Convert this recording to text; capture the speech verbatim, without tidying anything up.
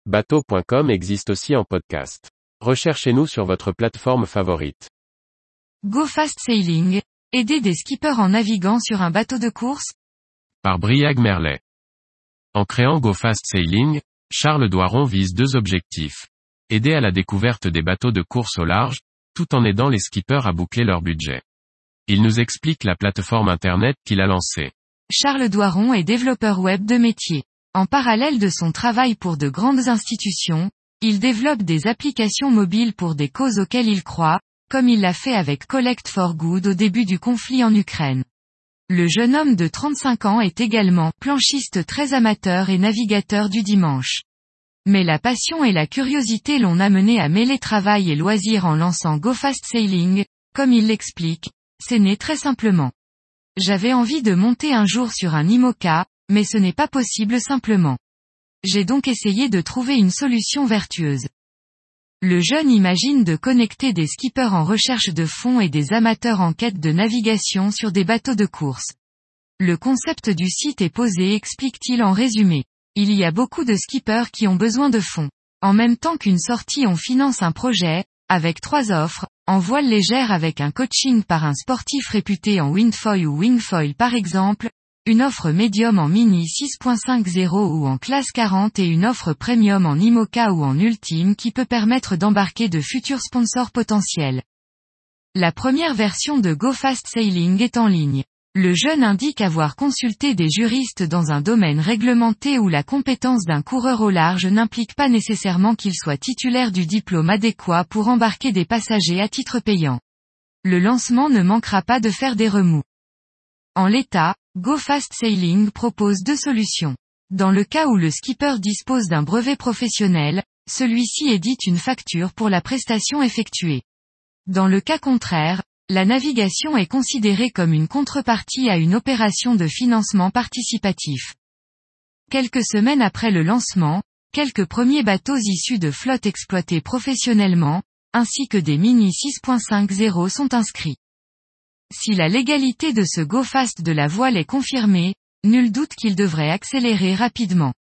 bateau point com existe aussi en podcast. Recherchez-nous sur votre plateforme favorite. Go Fast Sailing, aider des skippers en naviguant sur un bateau de course? Par Briag Merlet. En créant Go Fast Sailing, Charles Doiron vise deux objectifs. Aider à la découverte des bateaux de course au large, tout en aidant les skippers à boucler leur budget. Il nous explique la plateforme internet qu'il a lancée. Charles Doiron est développeur web de métier. En parallèle de son travail pour de grandes institutions, il développe des applications mobiles pour des causes auxquelles il croit, comme il l'a fait avec Collect for Good au début du conflit en Ukraine. Le jeune homme de trente-cinq ans est également planchiste très amateur et navigateur du dimanche. Mais la passion et la curiosité l'ont amené à mêler travail et loisirs en lançant Go Fast Sailing, comme il l'explique, c'est né très simplement. J'avais envie de monter un jour sur un IMOCA, mais ce n'est pas possible simplement. J'ai donc essayé de trouver une solution vertueuse. Le jeune imagine de connecter des skippers en recherche de fond et des amateurs en quête de navigation sur des bateaux de course. Le concept du site est posé, explique-t-il en résumé. Il y a beaucoup de skippers qui ont besoin de fonds. En même temps qu'une sortie, on finance un projet, avec trois offres, en voile légère avec un coaching par un sportif réputé en windfoil ou wingfoil par exemple, une offre médium en mini six point cinq zéro ou en classe quarante et une offre premium en IMOCA ou en ultime qui peut permettre d'embarquer de futurs sponsors potentiels. La première version de Go Fast Sailing est en ligne. Le jeune indique avoir consulté des juristes dans un domaine réglementé où la compétence d'un coureur au large n'implique pas nécessairement qu'il soit titulaire du diplôme adéquat pour embarquer des passagers à titre payant. Le lancement ne manquera pas de faire des remous. En l'état, Go Fast Sailing propose deux solutions. Dans le cas où le skipper dispose d'un brevet professionnel, celui-ci édite une facture pour la prestation effectuée. Dans le cas contraire, la navigation est considérée comme une contrepartie à une opération de financement participatif. Quelques semaines après le lancement, quelques premiers bateaux issus de flottes exploitées professionnellement, ainsi que des mini six point cinq zéro sont inscrits. Si la légalité de ce Go Fast de la voile est confirmée, nul doute qu'il devrait accélérer rapidement.